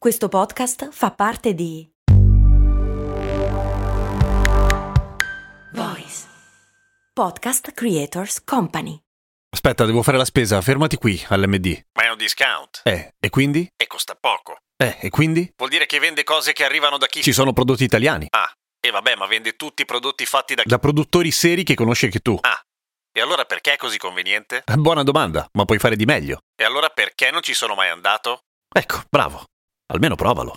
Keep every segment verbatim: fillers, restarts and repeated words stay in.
Questo podcast fa parte di Voice Podcast Creators Company. Aspetta, devo fare la spesa, fermati qui all'M D. Ma è un discount. Eh, e quindi? E costa poco. Eh, e quindi? Vuol dire che vende cose che arrivano da chi? Ci sono prodotti italiani. Ah, e vabbè, ma vende tutti i prodotti fatti da chi? Da produttori seri che conosci anche tu. Ah, e allora perché è così conveniente? Buona domanda, ma puoi fare di meglio. E allora perché non ci sono mai andato? Ecco, bravo. Almeno provalo.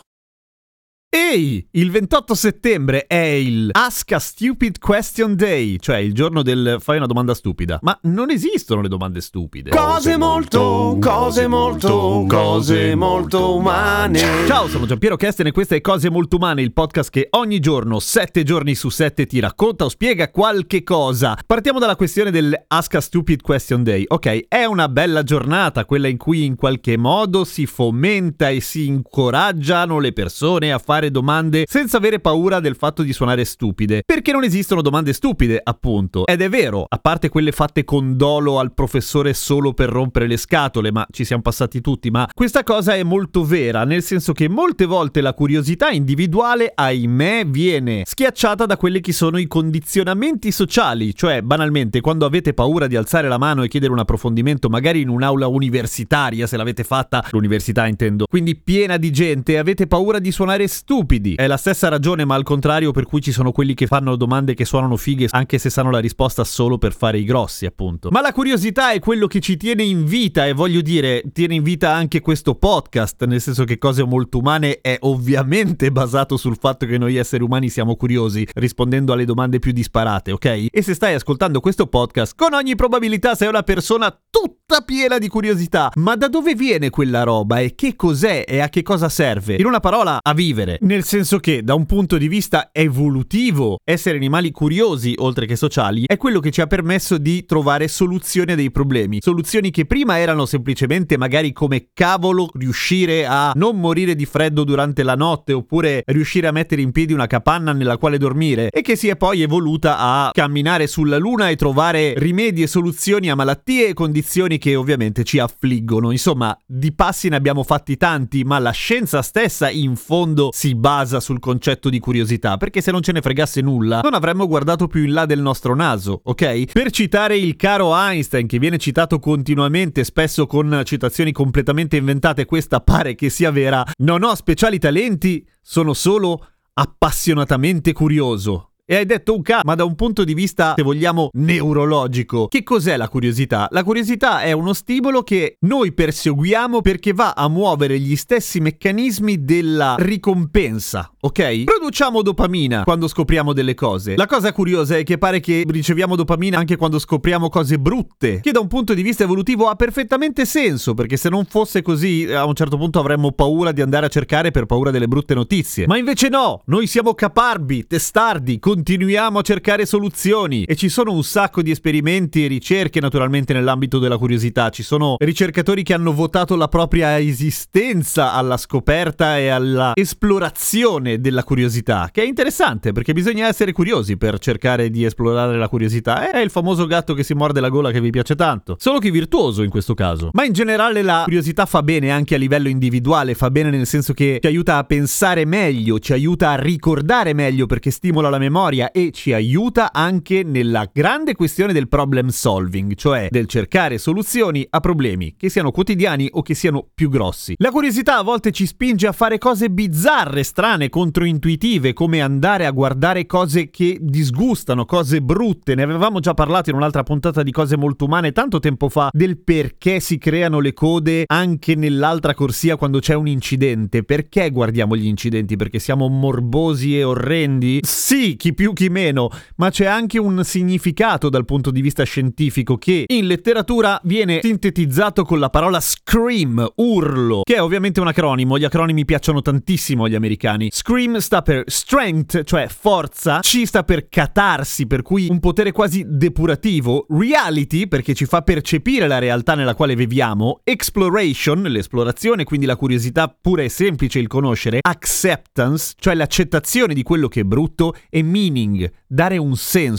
Ehi, il ventotto settembre è il Ask a Stupid Question Day, cioè il giorno del fai una domanda stupida. Ma non esistono le domande stupide. Cose molto, cose molto, cose molto umane. Ciao, sono Giampiero Kesten e questa è Cose Molto Umane, il podcast che ogni giorno, sette giorni su sette, ti racconta o spiega qualche cosa. Partiamo dalla questione del Ask a Stupid Question Day. Ok, è una bella giornata, quella in cui in qualche modo si fomenta e si incoraggiano le persone a fare domande senza avere paura del fatto di suonare stupide, perché non esistono domande stupide, appunto. Ed è vero, a parte quelle fatte con dolo al professore solo per rompere le scatole, ma ci siamo passati tutti, ma questa cosa è molto vera, nel senso che molte volte la curiosità individuale, ahimè, viene schiacciata da quelli che sono i condizionamenti sociali, cioè banalmente quando avete paura di alzare la mano e chiedere un approfondimento magari in un'aula universitaria, se l'avete fatta, l'università intendo, quindi piena di gente, avete paura di suonare stupidi. Stupidi. È la stessa ragione, ma al contrario, per cui ci sono quelli che fanno domande che suonano fighe anche se sanno la risposta solo per fare i grossi, appunto. Ma la curiosità è quello che ci tiene in vita, e voglio dire, tiene in vita anche questo podcast, nel senso che Cose Molto Umane è ovviamente basato sul fatto che noi esseri umani siamo curiosi, rispondendo alle domande più disparate, ok? E se stai ascoltando questo podcast, con ogni probabilità sei una persona tutta piena di curiosità. Ma da dove viene quella roba e che cos'è e a che cosa serve? In una parola, a vivere. Nel senso che, da un punto di vista evolutivo, essere animali curiosi, oltre che sociali, è quello che ci ha permesso di trovare soluzioni a dei problemi. Soluzioni che prima erano semplicemente magari come cavolo riuscire a non morire di freddo durante la notte, oppure riuscire a mettere in piedi una capanna nella quale dormire, e che si è poi evoluta a camminare sulla luna e trovare rimedi e soluzioni a malattie e condizioni che ovviamente ci affliggono. Insomma, di passi ne abbiamo fatti tanti, ma la scienza stessa in fondo si basa sul concetto di curiosità, perché se non ce ne fregasse nulla non avremmo guardato più in là del nostro naso, ok? Per citare il caro Einstein, che viene citato continuamente, spesso con citazioni completamente inventate, questa pare che sia vera: non ho speciali talenti, sono solo appassionatamente curioso. E hai detto un ca, ma da un punto di vista, se vogliamo, neurologico, che cos'è la curiosità? La curiosità è uno stimolo che noi perseguiamo perché va a muovere gli stessi meccanismi della ricompensa, ok? Produciamo dopamina quando scopriamo delle cose. La cosa curiosa è che pare che riceviamo dopamina anche quando scopriamo cose brutte, che da un punto di vista evolutivo ha perfettamente senso, perché se non fosse così, a un certo punto avremmo paura di andare a cercare per paura delle brutte notizie. Ma invece no, noi siamo caparbi, testardi, continuiamo a cercare soluzioni, e ci sono un sacco di esperimenti e ricerche naturalmente nell'ambito della curiosità. Ci sono ricercatori che hanno votato la propria esistenza alla scoperta e alla esplorazione della curiosità, che è interessante perché bisogna essere curiosi per cercare di esplorare la curiosità. È il famoso gatto che si morde la gola che vi piace tanto, solo che virtuoso in questo caso. Ma in generale la curiosità fa bene anche a livello individuale, fa bene nel senso che ci aiuta a pensare meglio, ci aiuta a ricordare meglio perché stimola la memoria, e ci aiuta anche nella grande questione del problem solving, cioè del cercare soluzioni a problemi, che siano quotidiani o che siano più grossi. La curiosità a volte ci spinge a fare cose bizzarre, strane, controintuitive, come andare a guardare cose che disgustano, cose brutte. Ne avevamo già parlato in un'altra puntata di Cose Molto Umane tanto tempo fa, del perché si creano le code anche nell'altra corsia quando c'è un incidente. Perché guardiamo gli incidenti? Perché siamo morbosi e orrendi? Sì, chi più chi meno, ma c'è anche un significato dal punto di vista scientifico che in letteratura viene sintetizzato con la parola scream, urlo, che è ovviamente un acronimo. Gli acronimi piacciono tantissimo agli americani. Scream sta per strength, cioè forza, C sta per catarsi, per cui un potere quasi depurativo, reality, perché ci fa percepire la realtà nella quale viviamo, exploration, l'esplorazione, quindi la curiosità pura e semplice, il conoscere, acceptance, cioè l'accettazione di quello che è brutto, e meaning, dare un senso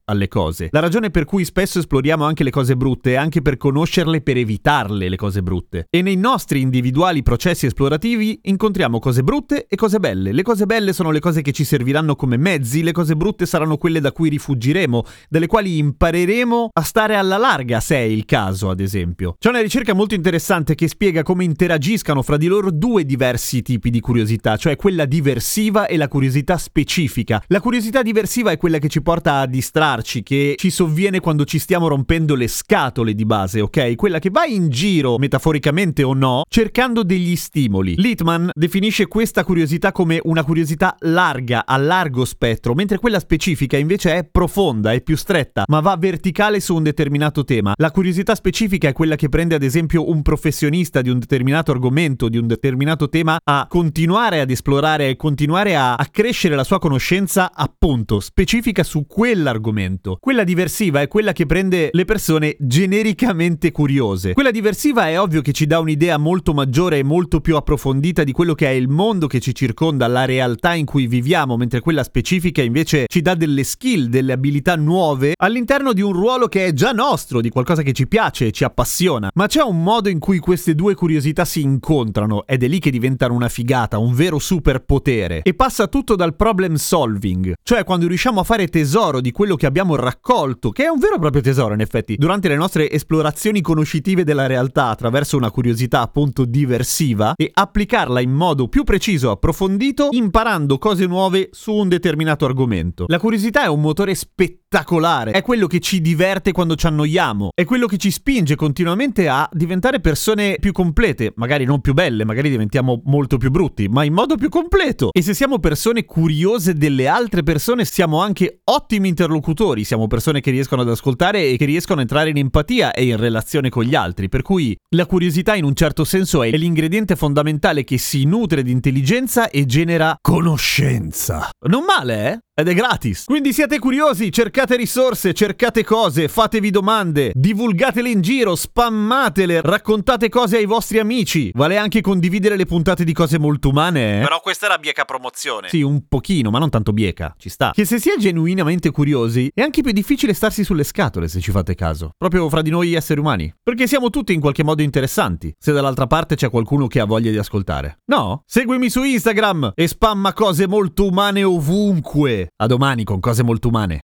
alle cose. La ragione per cui spesso esploriamo anche le cose brutte è anche per conoscerle, per evitarle le cose brutte. E nei nostri individuali processi esplorativi incontriamo cose brutte e cose belle. Le cose belle sono le cose che ci serviranno come mezzi, le cose brutte saranno quelle da cui rifugiremo, dalle quali impareremo a stare alla larga, se è il caso, ad esempio. C'è una ricerca molto interessante che spiega come interagiscano fra di loro due diversi tipi di curiosità, cioè quella diversiva e la curiosità specifica. La curiosità diversiva è quella che ci porta a distrarci, che ci sovviene quando ci stiamo rompendo le scatole di base, ok? Quella che va in giro, metaforicamente o no, cercando degli stimoli. Littman definisce questa curiosità come una curiosità larga, a largo spettro, mentre quella specifica invece è profonda, è più stretta, ma va verticale su un determinato tema. La curiosità specifica è quella che prende ad esempio un professionista di un determinato argomento, di un determinato tema, a continuare ad esplorare e continuare a accrescere la sua conoscenza, appunto, specifica su quell'argomento. Quella diversiva è quella che prende le persone genericamente curiose. Quella diversiva è ovvio che ci dà un'idea molto maggiore e molto più approfondita di quello che è il mondo che ci circonda, la realtà in cui viviamo, mentre quella specifica invece ci dà delle skill, delle abilità nuove all'interno di un ruolo che è già nostro, di qualcosa che ci piace e ci appassiona. Ma c'è un modo in cui queste due curiosità si incontrano ed è lì che diventano una figata, un vero superpotere. E passa tutto dal problem solving, cioè quando riusciamo a fare tesoro di quello che abbiamo raccolto, che è un vero e proprio tesoro in effetti, durante le nostre esplorazioni conoscitive della realtà attraverso una curiosità appunto diversiva, e applicarla in modo più preciso, approfondito, imparando cose nuove su un determinato argomento. La curiosità è un motore spettacolare, è quello che ci diverte quando ci annoiamo, è quello che ci spinge continuamente a diventare persone più complete, magari non più belle, magari diventiamo molto più brutti, ma in modo più completo. E se siamo persone curiose delle altre persone, siamo anche ottimi interlocutori, siamo persone che riescono ad ascoltare e che riescono a entrare in empatia e in relazione con gli altri, per cui la curiosità in un certo senso è l'ingrediente fondamentale che si nutre di intelligenza e genera conoscenza. Non male, eh? Ed è gratis. Quindi siate curiosi, cercate risorse, cercate cose, fatevi domande, divulgatele in giro, spammatele, raccontate cose ai vostri amici. Vale anche condividere le puntate di Cose Molto Umane, eh? Però questa è la bieca promozione. Sì, un pochino, ma non tanto bieca, ci sta. Che se si è genuinamente curiosi, è anche più difficile starsi sulle scatole, se ci fate caso. Proprio fra di noi esseri umani. Perché siamo tutti in qualche modo interessanti, se dall'altra parte c'è qualcuno che ha voglia di ascoltare. No? Seguimi su Instagram e spamma Cose Molto Umane ovunque. A domani con Cose Molto Umane.